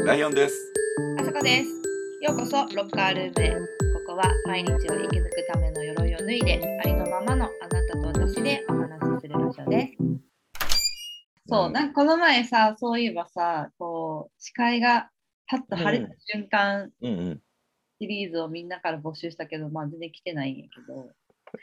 ライオンです。 あさこです。ようこそロッカールームへ。ここは毎日を生き抜くための鎧を脱いで、ありのままのあなたと私でお話しする場所です。そう、なんかこの前さ、そういえばさ、こう、視界がパッと晴れた瞬間うんうん。 シリーズをみんなから募集したけど、まあ全然来てないんやけど、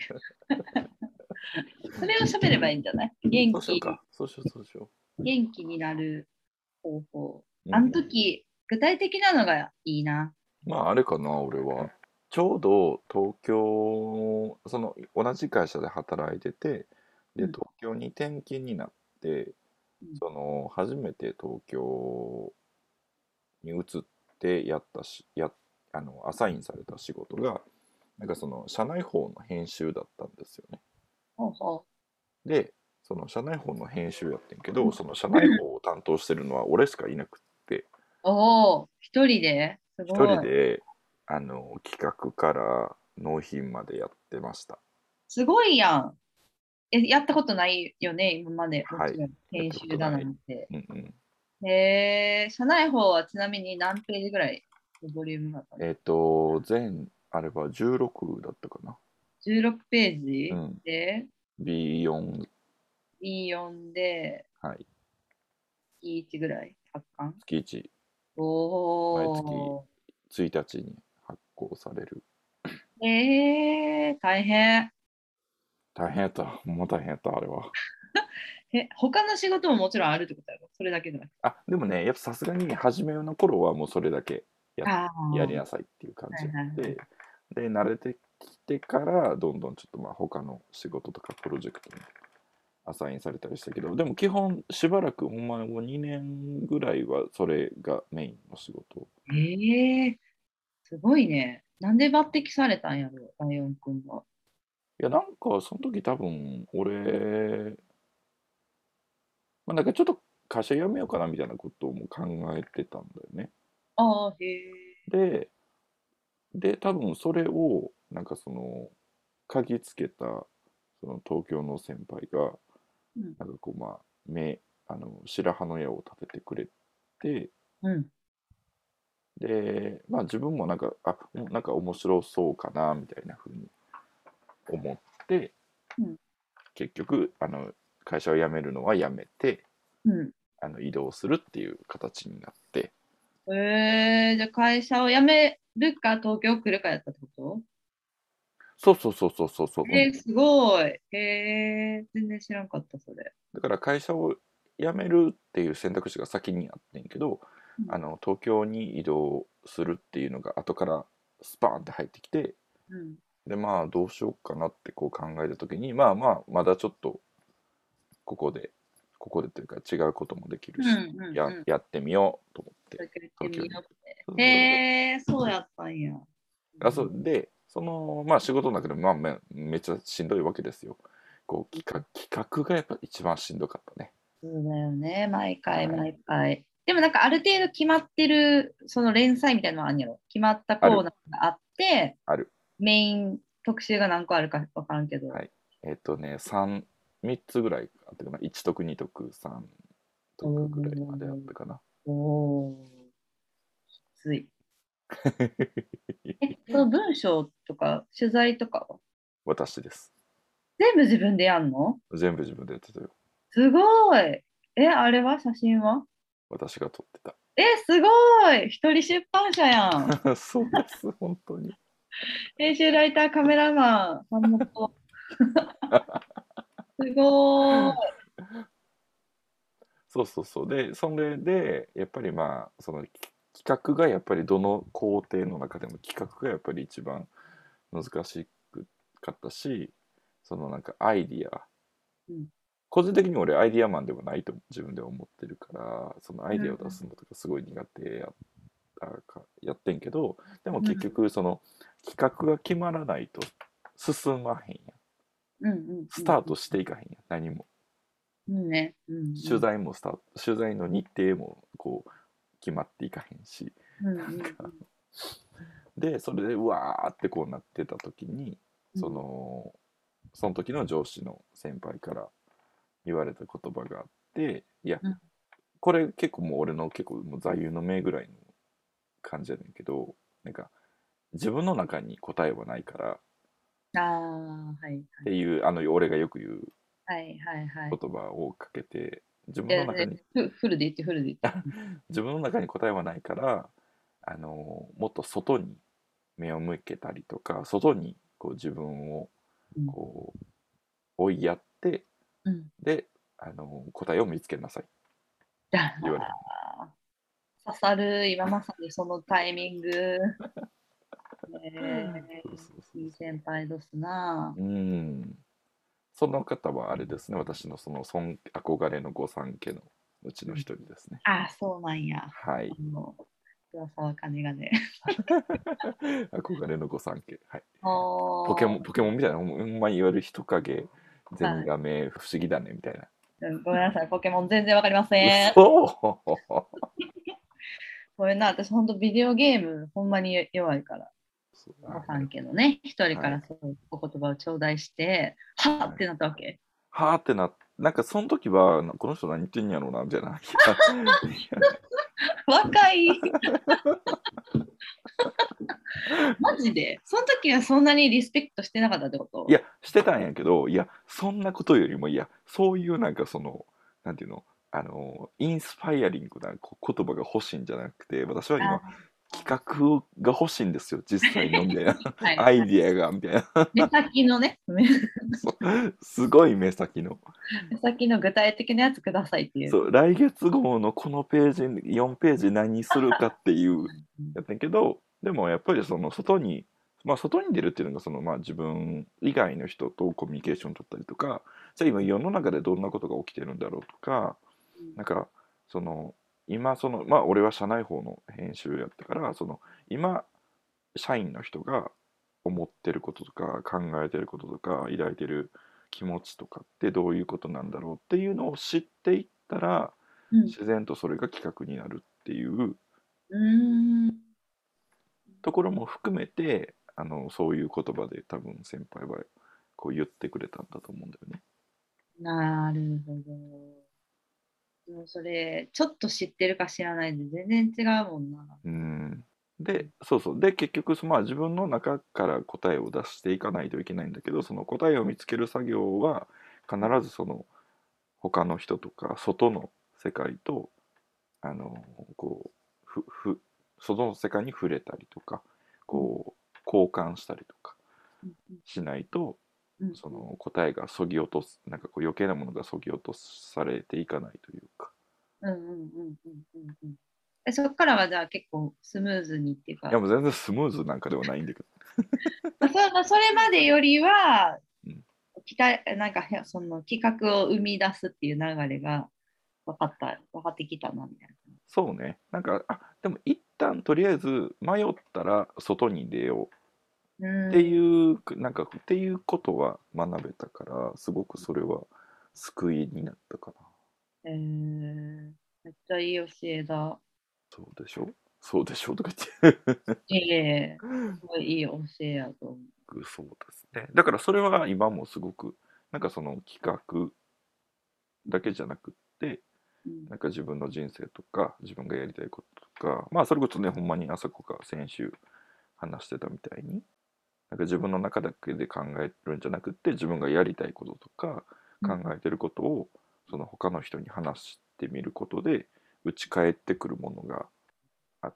それを喋ればいいんじゃない？ そうしよ元気になる方法。 う。 あの時、具体的なのがいいな。 まああれかな、俺は。ちょうど東京、同じ会社で働いてて、で、 うん。 東京に転勤になって、 うん。 初めて東京に移ってやったし、アサインされた仕事が、なんか社内報の編集だったんですよね。 ほうほで、その社内報の編集やってんけう。うど、 ん。 その社内報を担当してるのは俺しかいなくって、 おお、一人です一ごい。 人で、企画から納品までやってました。 すごいやん。やったことないよね、今まで。もはい。 ちろん、 やったこと編集だない。 なんて。 うんうん。 社内報はちなみに何ページぐらいのボリュームだったの？ あれは16だったかな。 16 ページうん。 で、 B4、 B4 で、 はい。 E1 ぐらい発刊。 月1、毎月お 1日に発行される。 ー。大変。 大変やった。ほんま大変やった、あれは。 他の仕事ももちろんあるってことやろ？それだけじゃなくて。 あ、でもね、やっぱさすがに初めの頃はもうそれだけや、 ああ、はやりなさいっていう感じやいはいはい。 って、で、慣れてきてから、どんどんちょっとまあ他の仕事とかプロジェクトにアサインされたりしたけど、でも基本しばらくほんまもう2年ぐらいはそれがメインの仕事。 すごいね。なんで抜擢されたんやろ、ライオンくんは。 いや、なんかその時多分俺、まあ、なんかちょっと会社辞めようかなみたいなことも考えてたんだよね。 ああ、へえ。 で、多分それをなんか嗅ぎつけたその東京の先輩がうん。 なんかこうまあ白羽の矢を立ててくれて、 うん。 でまあ自分もなんか面白そうかなみたいな風に思って、 うん。 結局会社を辞めるのは辞めてうん。 移動するっていう形になって。 じゃあ会社を辞めるか東京来るかやったってこと？ そう、うん。 すごい。全然知らんかった、それ。 だから会社を辞めるっていう選択肢が先にあってんけど、 うん。 東京に移動するっていうのが後からスパーンって入ってきて、 うん。 でまあどうしようかなってこう考えた時に、まあまあまだちょっとここでここでというか違うこともできるうん。 し、 うん。うん。 やってみようと思ってそれから言って東京に。 みようって。 そうそうそうやったんや。うそうん。 でまあ仕事の中でもまあめっちゃしんどいわけですよ。こう企画がやっぱ一番しんどかったね。 そうだよね。毎回はい。 毎回。でもなんかある程度決まってる、その連載みたいなのはあるんやろ。決まったあるコーナーがあって、 ある。 メイン特集が何個あるかわからんけど。 はい。3つぐらいあったかな。1徳、2徳、3 お徳ぐらいまであっー、 たかな。 おー、きつい。その文章とか取材とかは私です。 全部自分でやんの？ 全部自分でやってたよ。 すごい。あれは写真は？ 私が撮ってた。 すごい。一人出版社やん。 そうです、本当に。 編集ライター、カメラマン、版元。すごい。 で、それで、やっぱりまあ、企画がやっぱりどの工程の中でも企画がやっぱり一番難しかったし、なんかアイディア、 うん。 個人的に俺アイディアマンではないと自分では思ってるから、そのアイディアを出うん。 すのとかすごい苦手やってんけど、でもうん。 結局企画が決まらないと進まへんやん。 うん。うん。 スタートしていかへんやん、何も。 うん。ね。うん。うん。 取材の日程もこう決まっていかへんし。 うん。うん。 で、それでうわーってこうなってた時に、 うん。 その時の上司の先輩から言われた言葉があって、いや、 うん。 これ結構もう俺の結構もう座右の銘ぐらいの感じやねんけど、なんか自分の中に答えはないからっああ、はいていう俺がよく言うはいはいはい。 言葉をかけて、自分の中で、 にフルで言って、フルで言って。 自分の中に答えはないから、もっと外に目を向けたりとか、外にこう自分をうん。 こう追いやって、 うん。 で、答えを見つけなさいって言われた。 刺さる、今まさにそのタイミング。 そうそうそういいそ先輩ですな。 う。その方はあれですね、私のその憧れの御三家のうちの一うん。 人ですね。 ああ、そうなんや。 はい。 噂は金がね。 憧れの御三家。はい。 おー、 ポケモンみたいな、ほんまに言われる人影、ゼニはい。 ガメ、不思議だね、みたいな。 ごめんなさい、ポケモン全然わかりません。 嘘。 ごめんな、私ほんとビデオゲームほんまに弱いから。 そうご三家のね、一人かはい。 らそういうお言葉を頂戴して、ははい。 っってなったわけ。 はあってなんかその時は、この人何言ってんやろうな、みたいな。 若い。マジでその時はそんなにリスペクトしてなかったってこと？ いや、してたんやけど、いや、そんなことよりも、いや、そういうなんかその、なんていうの、インスパイアリングな言葉が欲しいんじゃなくて、私は今、 あ企画が欲しいんですよ、実際の、みたいな。 はい。 アイディアが、みたいな。 目先のね、 そうすごい目先の。 目先の具体的なやつくださいっていう。 そう、来月号のこのページ、4ページ何するかっていうやったんやけど、でもやっぱりその外に出るっていうのがその自分以外の人とコミュニケーション取ったりとか、じゃあ今世の中でどんなことが起きてるんだろうとか、なんかその今俺は社内法の編集やったから、その今社員の人が思ってることとか考えてることとか抱いてる気持ちとかってどういうことなんだろうっていうのを知っていったら、 うん。 自然とそれが企画になるっていううん。 ところも含めて、そういう言葉で多分先輩はこう言ってくれたんだと思うんだよね。 なるほど。でもそれ、ちょっと知ってるか知らないで全然違うもんな。 うん。で、そうそう。で、結局自分の中から答えを出していかないといけないんだけど、その答えを見つける作業は必ずその他の人とか外の世界とあのこう外の世界に触れたりとかうんこう交換したりとかうんうんしないと、 うんその答えがそぎ落とす、なんかこう余計なものがそぎ落とされていかないというか。 うんうんうんうんうんうん。そこからはじゃあ結構スムーズにっていうか、 いやもう全然スムーズなんかではないんだけど。 それまでよりは、 うん、 なんかその企画を生み出すっていう流れが分かってきたなみたいそうね。なんかでも一旦とりあえず迷ったら外に出ような。 っていうなんかっていうことは学べたから、すごくそれは救いになったかな。 めっちゃいい教えだ。 そうでしょそうでしょとか言っていえ、すごいいい教えやと思そうですね。だからそれは今もすごくなんかその企画だけじゃなくって、 う。うん。 なんか自分の人生とか自分がやりたいこととか、それこそね、ほんまにあそこが先週話してたみたいに、なんか自分の中だけで考えるんじゃなくって、自分がやりたいこととか考うんえてることをその他の人に話してみることで打ち返ってくるものがあって、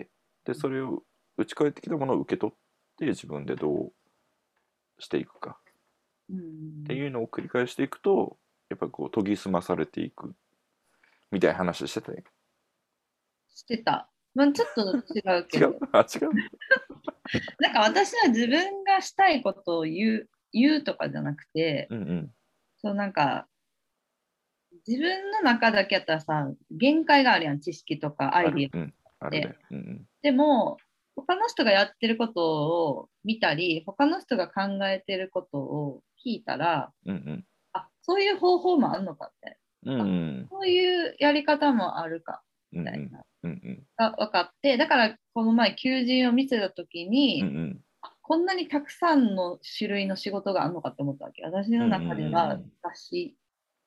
でそれを打ち返ってきたものを受け取って自分でどうしていくかうんうってん。 いうのを繰り返していくと、やっぱこう研ぎ澄まされていくみたいな話してたよ。 してた。ちょっと違うけ違うど、 違う。 なんか私は自分がしたいことを言うとかじゃなくて、 うんうん。 そうなんか自分の中だけやったらさ、限界があるやん、知識とかアイディアっある。うん。あるて。 ね。うんでも、他の人がやってることを見たり、他の人が考えてることを聞いたら、 うん。 あ、そういう方法もあるのかって。 うんうん。うあ、 んそういうやり方もあるか、 うん。 みたいな。 うんうん。 が分かって、だからこの前求人を見せた時に、 うんうん。 こんなにたくさんの種類の仕事があるのかって思ったわけ。私のうんうんう中ではん雑誌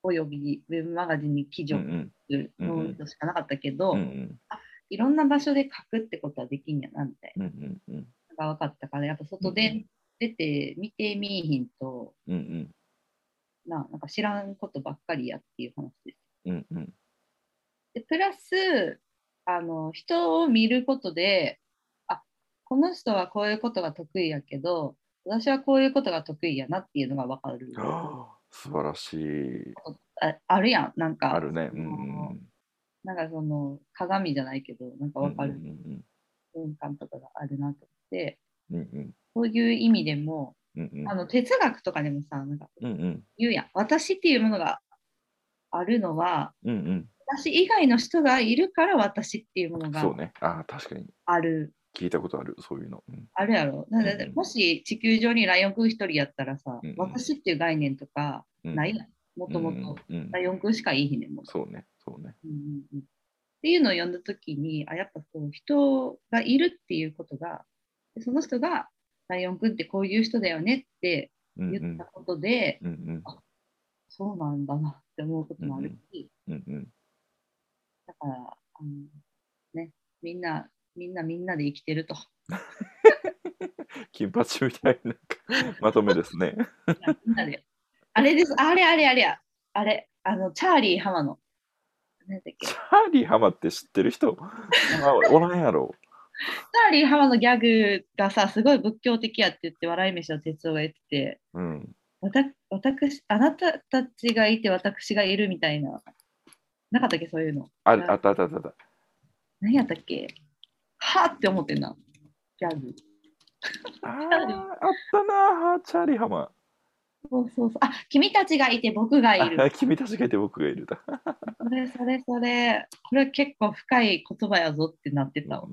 およびウェブマガジンに記事を書くノートしかなかったけど、いろんな場所で書くってことはできんやなみたいなのが分かったから、やっぱ外で出て見てみいひんと、なんか知らんことばっかりやっていう話です。でプラス人を見ることで、あ、この人はこういうことが得意やけど私はこういうことが得意やなっていうのが分かる。 素晴らしい。 あるやん、なんかあるね。 なんかその鏡じゃないけどなんか分かる瞬間とかがあるなと思って、そういう意味でも哲学とかでもさ、なんか言うやん、私っていうものがあるのは、私以外の人がいるから私っていうものがそうね。確かにある。 聞いたことある、そういうの。 あるやろ。もし地球上にライオンくん一人やったらさ、私っていう概念とかないやん。もともとライオンくんしかいいひんねんもん。 そうね、そうね。 っていうのを読んだときに、やっぱこう人がいるっていうことが、その人がライオンくんってこういう人だよねって言ったことで、あ、そうなんだなって思うこともあるし、だからね、みんなで生きてると。 金八みたいなまとめですね。 みんなで。あれです、あれや、チャーリー浜野。何だっけ。 チャーリー浜って知ってる人おらんやろ。 チャーリー浜野ギャグがさ、すごい仏教的やって言って笑い飯の哲夫が言ってて、あなたたちがいて私がいるみたいな、なかったっけ、そういうの。 あった。 何やったっけ、はーって思ってんな、ギャグ。 あったな、チャーリー浜。 そう。君たちがいて僕がいる。 君たちがいて僕がいるだ。 それ。これ結構深い言葉やぞってなってたわ。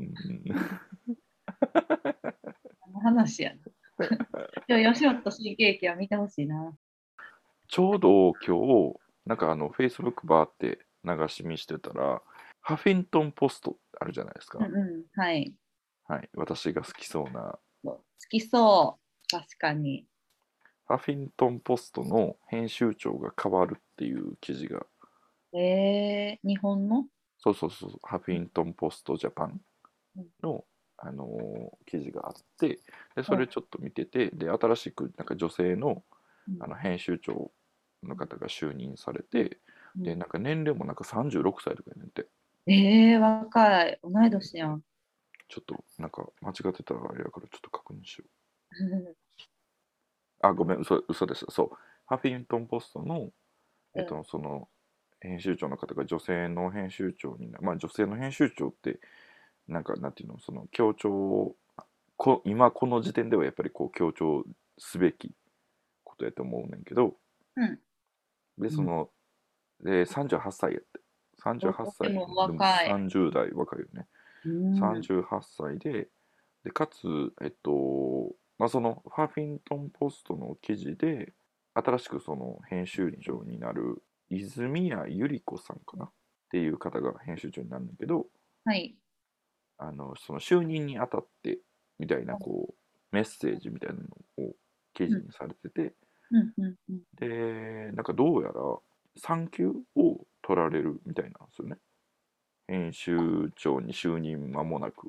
話やな。吉本新喜劇は見てほしいな。 ちょうど今日、なんかFacebook バーって流し見してたら、ハフィントンポストあるじゃないですか。 はい。 はい。私が好きそうな。 好きそう。確かに。 ハフィントンポストの編集長が変わるっていう記事が、 日本のそう、ハフィントンポストジャパンの、記事があって、でそれちょっと見てて、で新しくなんか女性の編集長の方が就任されて、でなんか年齢もなんか36歳とかやねんて。 若い。同い年やん。 ちょっとなんか間違ってたらあれやからちょっと確認しようう。ごめん、嘘でした。そう。ハフィントンポストの、その編集長の方が女性の編集長にまあ女性の編集長ってなんかなんていうの、その強調今この時点ではやっぱりこう強調すべきことやと思うねんけど、で38歳やって、38歳でもでも若い。 30代若いよね。38歳でかつまあそのハフィントンポストの記事で新しくその編集長になる泉谷百合子さんかなっていう方が編集長になるんだけど、その就任にあたってみたいなこうメッセージみたいなのを記事にされてて、でなんかどうやら産休を取られるみたいなんですよね、編集長に就任間もなく。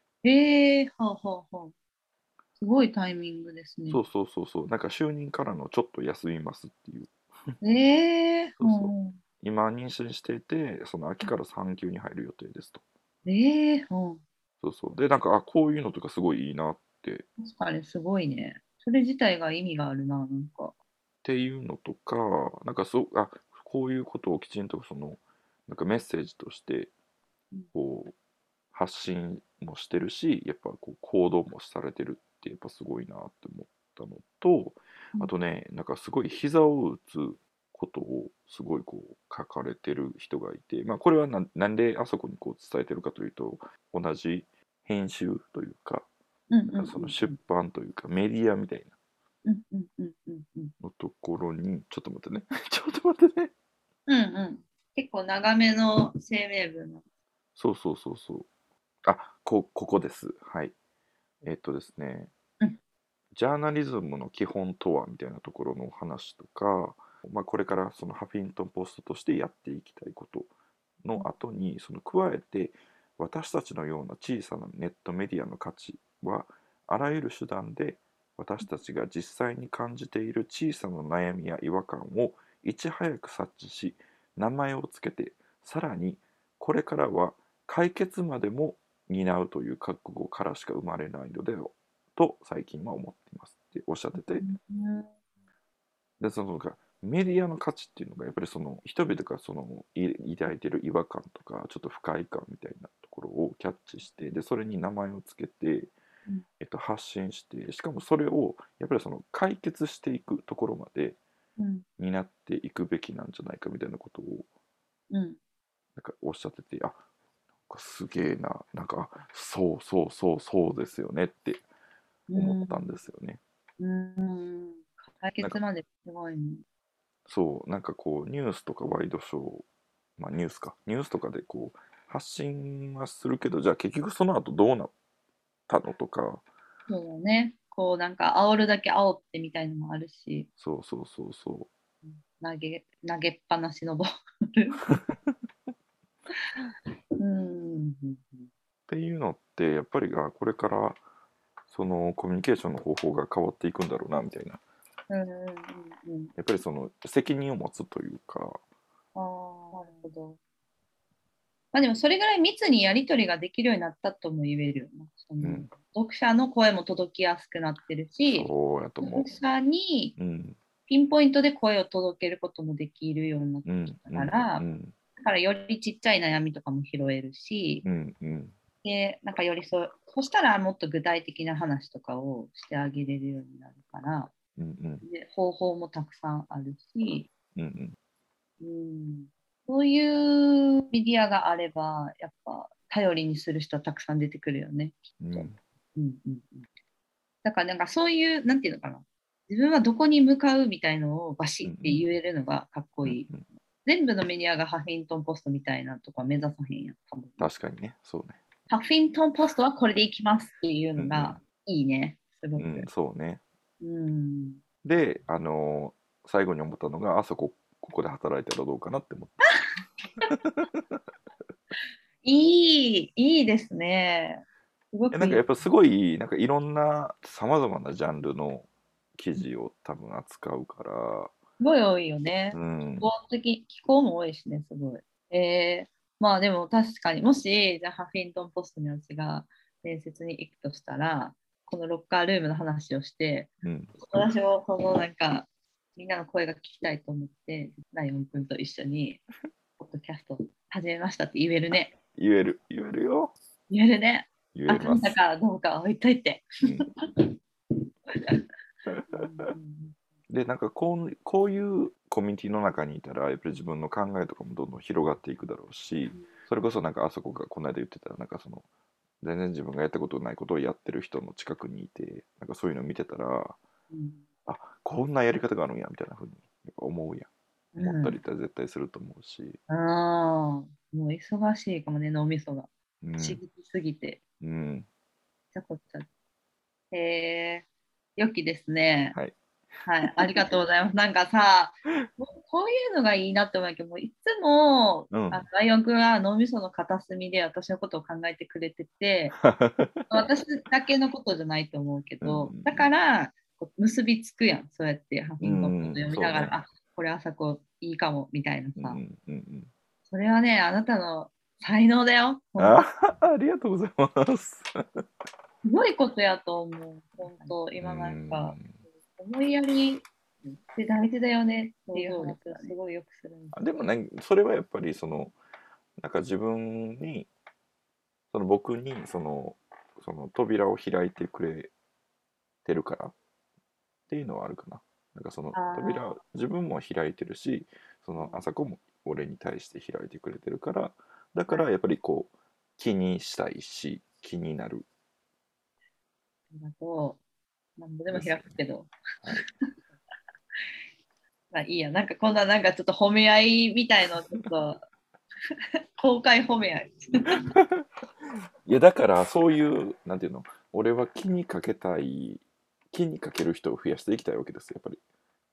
すごいタイミングですね。 そうなんか就任からのちょっと休みますっていう。今妊娠していてその秋から産休に入る予定ですと。でなんかこういうのとかすごいいいなって確かにすごいね。それ自体が意味があるな、なんか。 っていうのとか、なんかこういうことをきちんとそのなんかメッセージとしてこう発信もしてるし、やっぱこう行動もされてるってやっぱすごいなって思ったのと、あとね、なんかすごい膝を打つことをすごいこう書かれてる人がいて、まあこれはなんであそこにこう伝えてるかというと、同じ編集というか、なんかその出版というかメディアみたいなのところに、ちょっと待ってね。ちょっと待ってね。 結構長めの声明文の。 そう。ここです。はい。ですね、ジャーナリズムの基本とはみたいなところの話とか、 これからそのハフィントンポストとしてやっていきたいことの後に、その加えて私たちのような小さなネットメディアの価値はあらゆる手段で私たちが実際に感じている小さな悩みや違和感をいち早く察知し、名前をつけて、さらにこれからは解決までも担うという覚悟からしか生まれないのではと最近は思っていますっておっしゃってて、でそのメディアの価値っていうのがやっぱりその人々がその抱いている違和感とかちょっと不快感みたいなところをキャッチして、でそれに名前をつけて、発信して、しかもそれをやっぱりその解決していくところまで担っていくべきなんじゃないかみたいなことをなんかおっしゃってて、すげえな、なんかそうそうそうそうですよねって思ったんですよね。 解なんか決まですごいね。 そうなんかこうニュースとかワイドショー、ニュースとかでこう発信はするけど、じゃあ結局その後どうなったのとか、 そうだね。こうなんか煽るだけ煽ってみたいのもあるし、 そうそうそうそう投げっぱなしのボール。うん。 っていうのってやっぱりこれからそのコミュニケーションの方法が変わっていくんだろうなみたいな、やっぱりその責任を持つというか、 ああ、なるほど。まあでもそれぐらい密にやり取りができるようになったとも言えるよな。その読者の声も届きやすくなってるし、 そうやと思読者にう。 ピンポイントで声を届けることもできるようになってきたから、だからよりちっちゃい悩みとかも拾えるし、で、なんかよりそしたらもっと具体的な話とかをしてあげれるようになるから、で方法もたくさんあるし、そういうメディアがあれば、やっぱ頼りにする人はたくさん出てくるよね、きっと。だからなんかそういう、なんていうのかな、自分はどこに向かうみたいのをバシッて言えるのがかっこいい。全部のメディアがハフィントンポストみたいなとか目指さへんやん、多分。 確かにね、そうね。 ハフィントンポストはこれでいきますっていうのがいいね、すごく。 そうね。で、最後に思ったのが、ここで働いたらどうかなって思った。 いいですね。すごくなんかやっぱすごい、なんかいろんなさまざまなジャンルの記事を多分扱うから、 すごい多いよね。気候も多いしね、すごい。まあでも確かにもしじゃあハフィントンポストに私が面接に行くとしたら、このロッカールームの話をして、私もそのなんかみんなの声が聞きたいと思ってライオン君と一緒にポッドキャスト始めましたって言えるね。 言えるよ。 言えるね。 言えます。 だかどうかは置いといて。 でなんかこういうコミュニティの中にいたらやっぱり自分の考えとかもどんどん広がっていくだろうし、それこそなんかあそこがこの間言ってたなんかその全然自分がやったことないことをやってる人の近くにいて、なんかそういうのを見てたら、こんなやり方があるんやみたいな風にやっぱ思うやん。思ったり絶対すると思うし。 もう忙しいかもね、脳みそが。刺激すぎて。ちゃこちゃ。良きですね。 はい。 はい、ありがとうございます。なんかさ、こういうのがいいなって思うけど、いつも、ライオン君は脳みその片隅で私のことを考えてくれてて、私だけのことじゃないと思うけど、だから結びつくやん、そうやってハフィントンポスト読みながら、これ朝子いいかもみたいなさ。それはね、あなたの才能だよ。 ありがとうございます。 すごいことやと思う、本当、今なんか。思いやりって大事だよねっていう話をすごいよくするんです。 でもね、それはやっぱりそのなんか自分にその僕にその扉を開いてくれてるからっていうのはあるかな。なんかその扉自分も開いてるし、その朝子も俺に対して開いてくれてるから、だからやっぱりこう気にしたいし気になる。 ありがとう。何度でも開くけど。まあいいや、なんかこんななんかちょっと褒め合いみたいのちょっと公開褒め合い。 いやだからそういうなんていうの、俺は気にかける人を増やしていきたいわけですよ、やっぱり。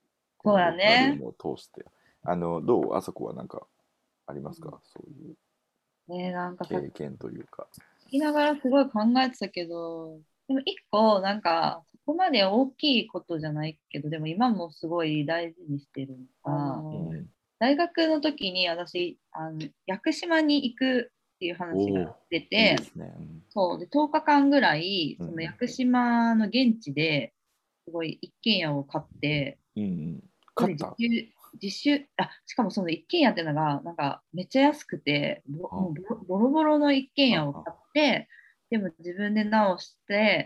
そうやロッカールーね。 ムを通して。どうあそこはなんかありますか、そういうね、なんかさ、聞経験というか。 きながらすごい考えてたけど、でも一個、なんか、そこまで大きいことじゃないけど、でも今もすごい大事にしてるのが、 うん。 大学の時に私、屋久島に行くっていう話がおお、 出いいでて、 すね。 そうで10日間ぐらい、 うん。 その屋久島の現地ですごい一軒家を買って、 うんうん。 ここで勝った。 自習、しかもその一軒家っていうのが、なんかめっちゃ安くて、もうボロボロの一軒家を買って、でも自分で直して、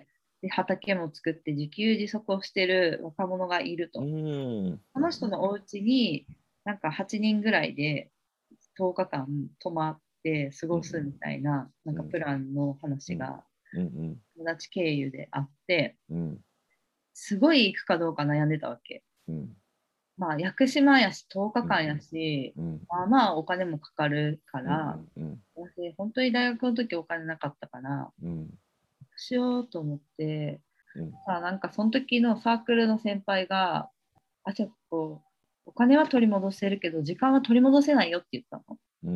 で畑も作って自給自足をしてる若者がいるうと。 ん。 その人のお家に、なんか8人ぐらいで10日間泊まって過ごすみたいな、なんかプランのうん。 話がうん。 友達経由であって、 うん。 すごい行くかどうか悩んでたわけ。 うん。 まあ、屋久島やし、10 うん。 日間やし、 うん。 まあまあお金もかかるかうん。 ら、 うん。 私、本当に大学の時お金なかったから、 うん。 しようと思って、 うん。 さあ、なんかその時のサークルの先輩が、じゃあこう、お金は取り戻せるけど、時間は取り戻せないよって言ったの。 うん。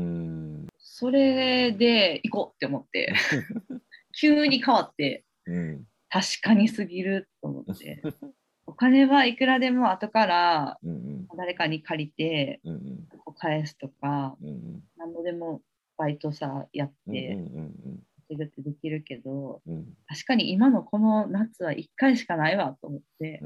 それで行こうって思って、急に変わって、 うん。 確かにすぎると思って、お金はいくらでも後からうん。 誰かに借りて、 うん。 こう返すとか、 うん。 何度でもバイトさやっうん。うて、 ん。 稼ぐってできるけど、 うん。 確かに今のこの夏は1回しかないわと思って、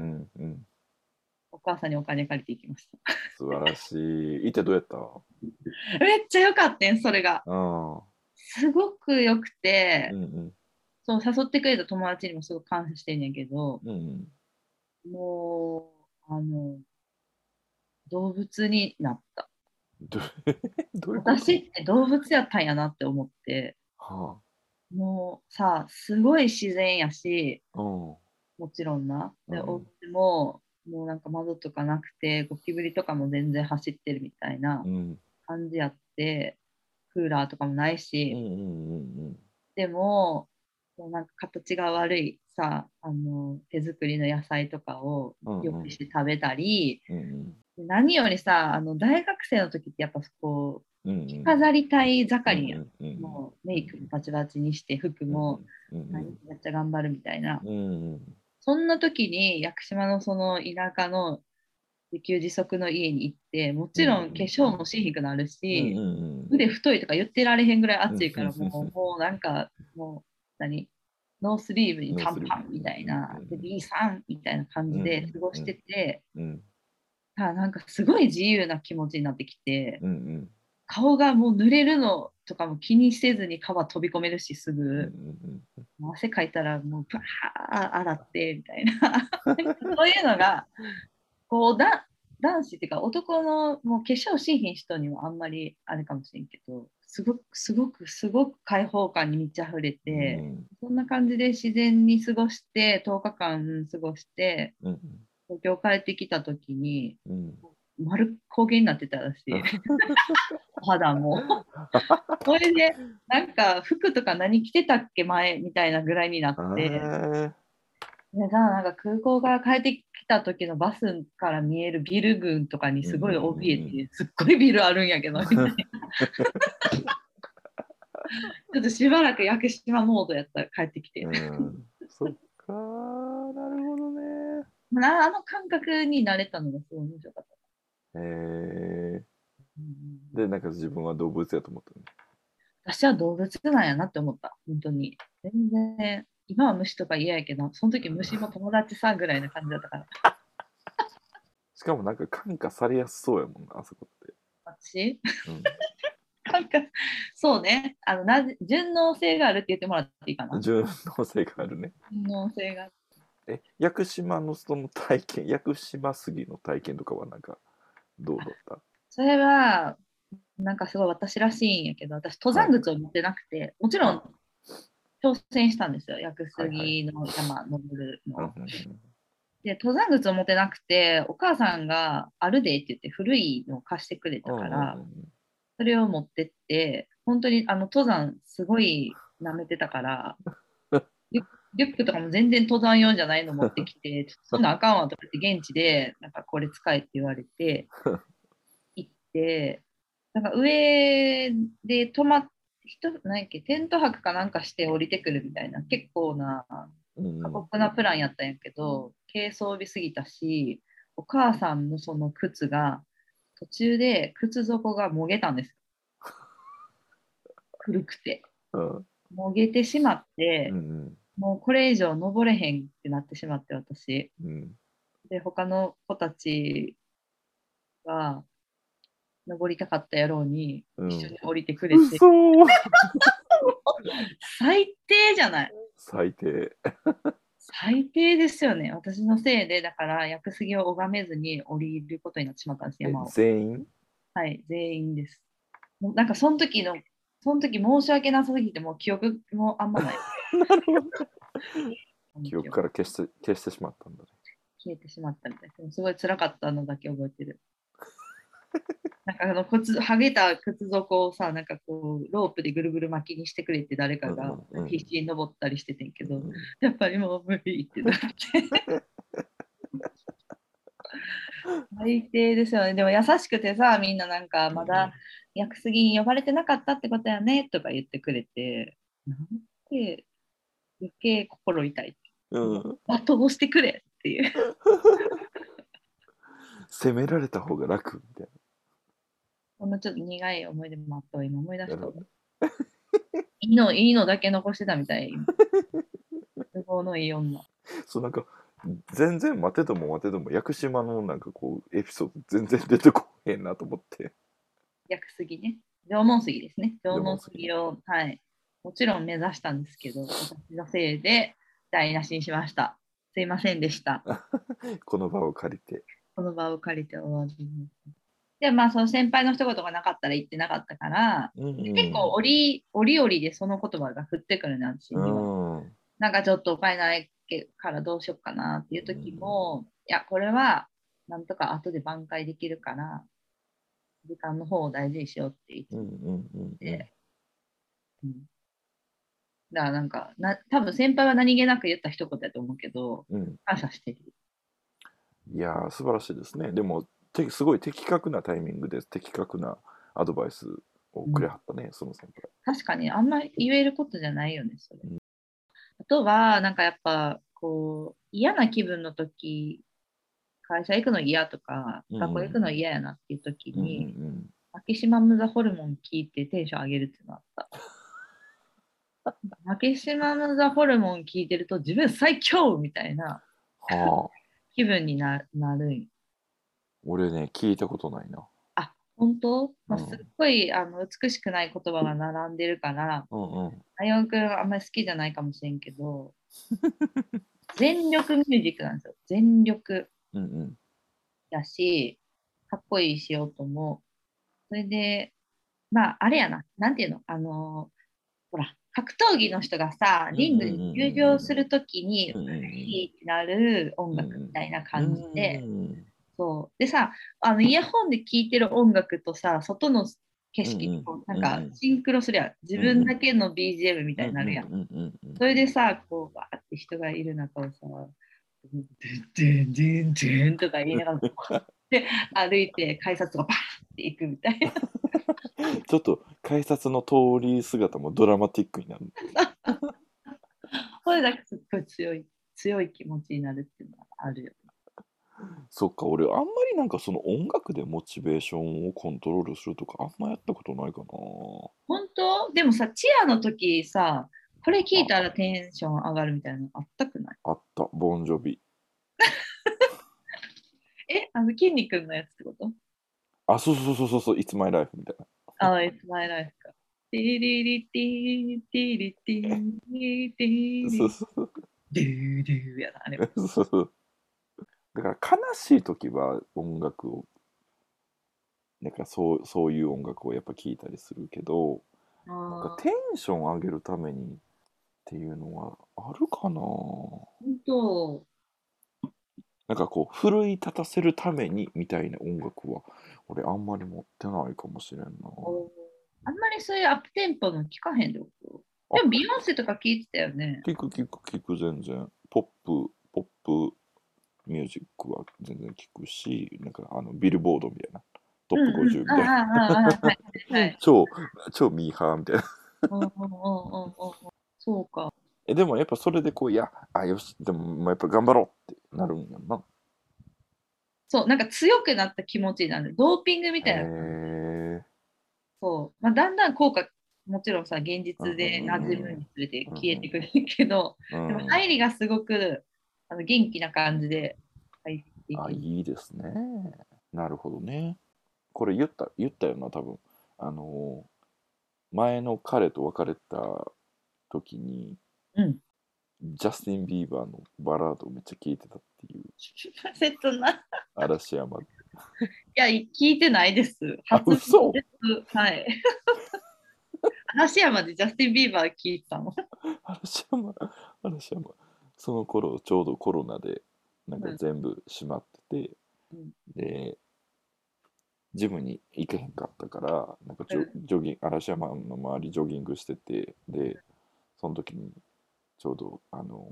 うん。うん。 お母さんにお金借りていきました。 素晴らしい。いてどうやった？あめっちゃ良かったん、それが。 あ。 すごく良くて、 うん。 そう誘ってくれた友達にもすごく感謝してんねんけど、 うん。 もう、動物になった。 どどういうこと？ 私って動物やったんやなって思って、 はもうさ、すごい自然やし、 あ。うん。 もちろんな。で、おうん。 家も、もうなんか窓とかなくて、ゴキブリとかも全然走ってるみたいなうん。 感じやって、クーラーとかもないうん。 し、 うん。 でも、もうなんか形が悪いさ、手作りの野菜とかをうん。うん。 よくして食べたり、 うん。 で何よりさ、大学生の時ってやっぱこう、 うん。う着ん。 飾りたいうん。 盛りやん。 うん。うん。 もうメイクもバチバチにして、服もめっちゃ頑張るみたいな。 うん。 そんな時に屋久島のその田舎の自給自足の家に行って、もうん。 ちろん化粧もしひんくなるうん。 し、 うん。 腕太いとか言ってられへんぐらいうん。 暑いから、もうなんか、もう、ノースリーブにノースリーブ。 短パンみたいな、で、B3 みたいな感じでうん。うん。 過ごしてて、 うん。 なんかすごい自由な気持ちになってきて、 うん。 顔がもう濡れるのとかも気にせずに川飛び込めるし、すうん。 ぐ。 うん。 もう汗かいたらもうブワー洗ってみたいな。なんかそういうのがこう男子っていうか男のもう化粧しひん人にはあんまりあれかもしれんけど、すごく開放感に満ち溢れうて、 ん。 そんな感じで自然に過ごして10日間過ごしてうん。 東京帰ってきた時にうん。 丸焦げになってたらしい。お肌も。それでなんか服とか何着てたっけ前みたいなぐらいになって、 ええ。 でなんか空港から帰ってきた時のバスから見えるビル群とかにうん。うすごい怯えん。 て、すっごいビルあるんやけど、みたいな。ちょっとしばらく屋久島モードやったら帰ってきて。 うん。そっかー。なるほどね。 あの感覚になれたのがすごい面白かった。 ええ。 うん、 で、なんか自分は動物やと思ったね。 私は動物なんやなって思った。本当に。全然、今は虫とか嫌やけど、その時虫も友達さぐらいな感じだったから。 しかもなんか感化されやすそうやもんな、あそこって。 私うん。 なんか、そうね。順応性があるって言ってもらっていいかな。 順応性があるね。 順応性が。 屋久島のその体験、屋久島杉の体験とかはなんかどうだった？ それは、なんかすごい私らしいんやけど、私、登はい。 山靴を持ってなくて、もちろんは挑戦したんですよ。屋久はいはい。 杉の山登るうんうの。 んで、登山靴を持ってなくて、お母さんがあるでって言って古いのを貸してくれうん。うんうんたから、それを持ってって、本当に登山すごい舐めてたから、 うん。 リュックとかも全然登山用じゃないの持ってきて、ちょっとそんなんあかんわとか言って現地で、なんかこれ使えって言われて、行って、なんか上で泊まっ、何やっけ、テント泊かなんかして降りてくるみたいな、結構な過うん。 酷なプランやったんやけど、軽装備すぎたし、お母さんのその靴が、途中で靴底がもげたんですよ。古くて。 うん。 もげてしまっうて、 ん。 もうこれ以上登れへんってなってしまって、私。 うん。 で、他の子たちが登りたかったやろうに、 うん。 一緒に降りてくれて、 嘘ー。 最低じゃない。 最低。 最低ですよね。私のせいで、だから屋久杉を拝めずに降りることになってしまったんです、 え、 山を。 全員？ はい、全員です。もうなんかその時申し訳なさすぎて、もう記憶もあんまない。 なるほど。 その記憶記憶から消してしまったんだね。 消えてしまったみたいでもすごい辛かったのだけ覚えてる。なんか剥げた靴底をさ、なんかこう、ロープでぐるぐる巻きにしてくれって誰うかがんうんうん必死に登ったりしててんけど、 うん。 やっぱりもう無理ってなって。最低ですよね。でも優しくてさ、みんななんかまだ屋久杉に呼ばれてなかったってことやねとか言ってくれて、なんて余計心痛い。もうん。 う罵倒してくれっていう。 責められた方が楽みたいこんなちょっと苦い思い出もあったわ。今思い出な。 したわ。 なるほど。 いいのだけ残してたみたい。今都合のいい女。 そうなんか全然待てども待てども屋久島のなんかこうエピソード全然出てこへんなと思って。 屋久杉ね。縄文杉ですね。縄文でも好き。 杉を、はい。もちろん目指したんですけど、私のせいで台無しにしました。すいませんでした。 この場を借りて。 この場を借りてお詫びに。で、まあ、その先輩の一言がなかったら言ってなかったから、結構うん折々でその言葉が降ってくるね、私うには。 ん。うん。 なんかちょっとお金ないからどうしようかなっていう時も、いや、これはなんとか後で挽回できるから、時間の方を大事にしようっていつもうんうんうんうん。 言って、うん、だからなんか多分先輩は何気なく言った一言だと思うけど、 うん。 感謝してる。 いやー素晴らしいですね。でもすごい的確なタイミングで的確なアドバイスをうん、 くれはったね、その先輩。 確かにあんまり言えることじゃないよね、それ。 うん。 あとは、なんかやっぱ、こう、嫌な気分の時、会社行くの嫌とか、 うん学校行くの嫌やなっていう時うんうに、 んマキシマムザホルモン聞いてテンション上げるっていうのあった。マキシマムザホルモン聞いてると自分最強みたいなはあ。 気分になるん。 俺ね、聞いたことないな。 あ、本当、まあ、すっうん。 ごい美しくない言葉が並んでるから、 うんうん。 あやおくんはあんまり好きじゃないかもしれんけど、全力ミュージックなんですよ。全力うんうん。 だし、かっこいいしようとも。それで、まあ、あれやな、なんていうの、ほら、格闘技の人がさ、 うんうんうんリングに入場するときに、 うんうんうんいいってなる音うん楽みたいなうん感じで、 うんそう。でさ、イヤホンで聴いてる音楽とさ、外の景うん色となんかうんシンクロすりゃ、自分だけの BGM みたいになるやん。それでさ、こう、バーって人がいる中をさ、ドゥンドゥンドゥンドゥンとか言いながら、で歩いて改札がバーって行くみたいな。 ちょっと改札の通り姿もドラマティックになる。 これだけすっごい強い気持ちになるっていうのはあるよ。 そっか、俺あんまりなんかその音楽でモチベーションをコントロールするとかあんまやったことないか本当でもさ、チアの時さ、これ聞いな。 たらテンション上がるみたいなのあったくない？ あった、ボンジョビ。 筋肉のやつってこと？ あ、そうそうそうそうそう、It's My Life みたいな。 あ、It's My Life か。ティリリティティリティティリそうそうドゥドゥやな、あれ。 そうそうそう。だから悲しい時は音楽を、なんかそういう音楽をやっぱ聴いたりするけど、なんかあテンション上げるためにっていうのはあるかな。 本当。 なんかこう奮い立たせるためにみたいな音楽は俺あんまり持ってないかもしれんな。 おあんまりそういうアップテンポの聞かへんってこと？ あ、 でもビヨンセとか聞いてたよね。 聞く全然。ポップミュージックは全然聞くし、なんかビルボードみたいな。トップうんうん。 50みたいはいはいはな。 い。 超ミーハーみたいな。 うんうんうんうんうん。そうか。 でもやっぱそれでこう、いや、よし、でももうやっぱ頑張ろうってなるんやんな。 そう、なんか強くなった気持ちになる。ドーピングみへたいな。 え。 そう。まあ、だんだん効果、もちろんさ、現うん実で馴染むうんにつれてうん消えてくるけど、でもうんうん。 入りがすごく元気な感じで入っていける。 いいですね。なるほどね。これ言ったよな、多分。あの前の彼と別れた時に、 うん。 ジャスティン・ビーバーのバラードをめっちゃ聴いてたっていう、 切ない。 嵐山。 いや、聞いてないです。初耳嘘。 です。はい。嵐山でジャスティン・ビーバー聞いてたの。 嵐山、嵐山。その頃、ちょうどコロナで、なんかうん全部閉まってて、 うん。 で、ジムに行けへんかったから、なんかうんジョギン嵐山の周りジョギングしてて、で、その時にちょうど、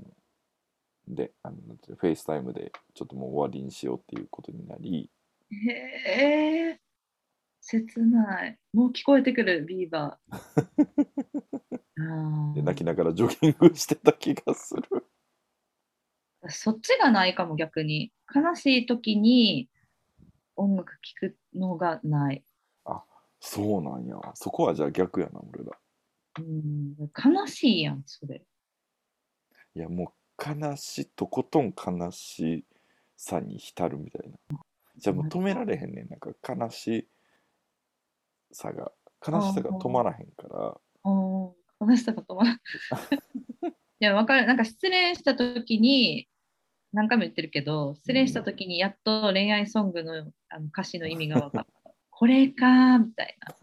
なんていうのフェイスタイムでちょっともう終わりにしようっていうことになり、 へえ、切ない。もう聞こえてくる、ビーバー。 で泣きあながらジョギングしてた気がする。 あ、そっちがないかも、逆に。悲しい時に音楽聴くのがない。 あ、そうなんや。そこはじゃあ逆やな、俺ら。 うん、悲しいやん、それ。 いや、もうとことん悲しさに浸るみたいな。じゃあもう止められへんねん。なんかさが、悲しさが止まらへんから、 悲しさが止まらない。いや、わかる。なんか失恋した時に、何回も言ってるけど、失恋したうん、 時にやっと恋愛ソングの、歌詞の意味が分かった。これかーみたいな。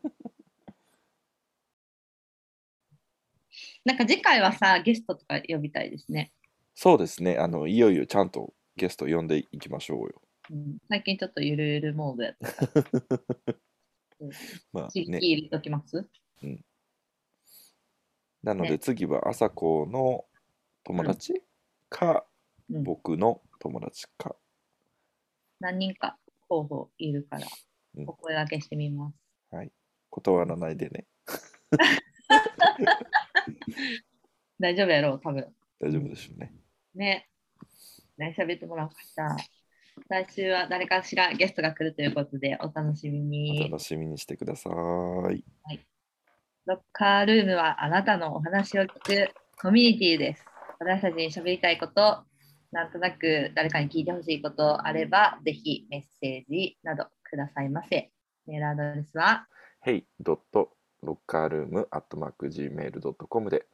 なんか次回はさ、ゲストとか呼びたいですね。 そうですね。いよいよちゃんとゲスト呼んでいきましょうよ。 うん、最近ちょっとゆるゆるモードやったから。うん、 まあね。 地域入れときますうん。なのでね。 次は朝子の友うん。 達か、 うん。 僕の友達か。 何人か候補いるから、 うん。 お声掛けしてみます。 はい。断らないでね。 大丈夫やろう、多分。 大丈夫うん、 でしょうね。 ね。ね、喋ってもらおうかした。来週は誰かしらゲストが来るということで、お楽しみおに。 楽しみにしてください。 はい、ロッカールームはあなたのお話を聞くコミュニティです。私たちに喋りたいこと、なんとなく誰かに聞いてほしいことあれば、ぜひメッセージなどくださいませ。メールアドレスは hey.lockerroom@gmail.com で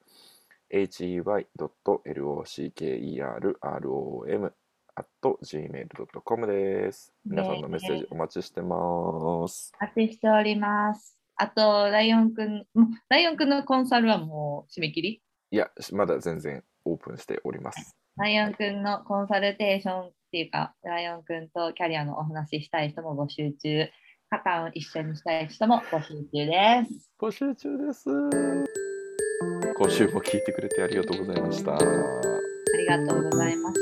hey.lockerroom@gmail.com です。皆さんね、 のメッセージお待ちしてます。 お待ちしております。あと、ライオンくんのコンサルはもう締め切り。 いや、まだ全然オープンしております。 ライオンくんのコンサルテーションっていうか、ライオンくんとキャリアのお話ししたい人も募集中、カタンを一緒にしたい人も募集中です。 募集中です。今週も聞いてくれてありがとうございました。 ありがとうございまし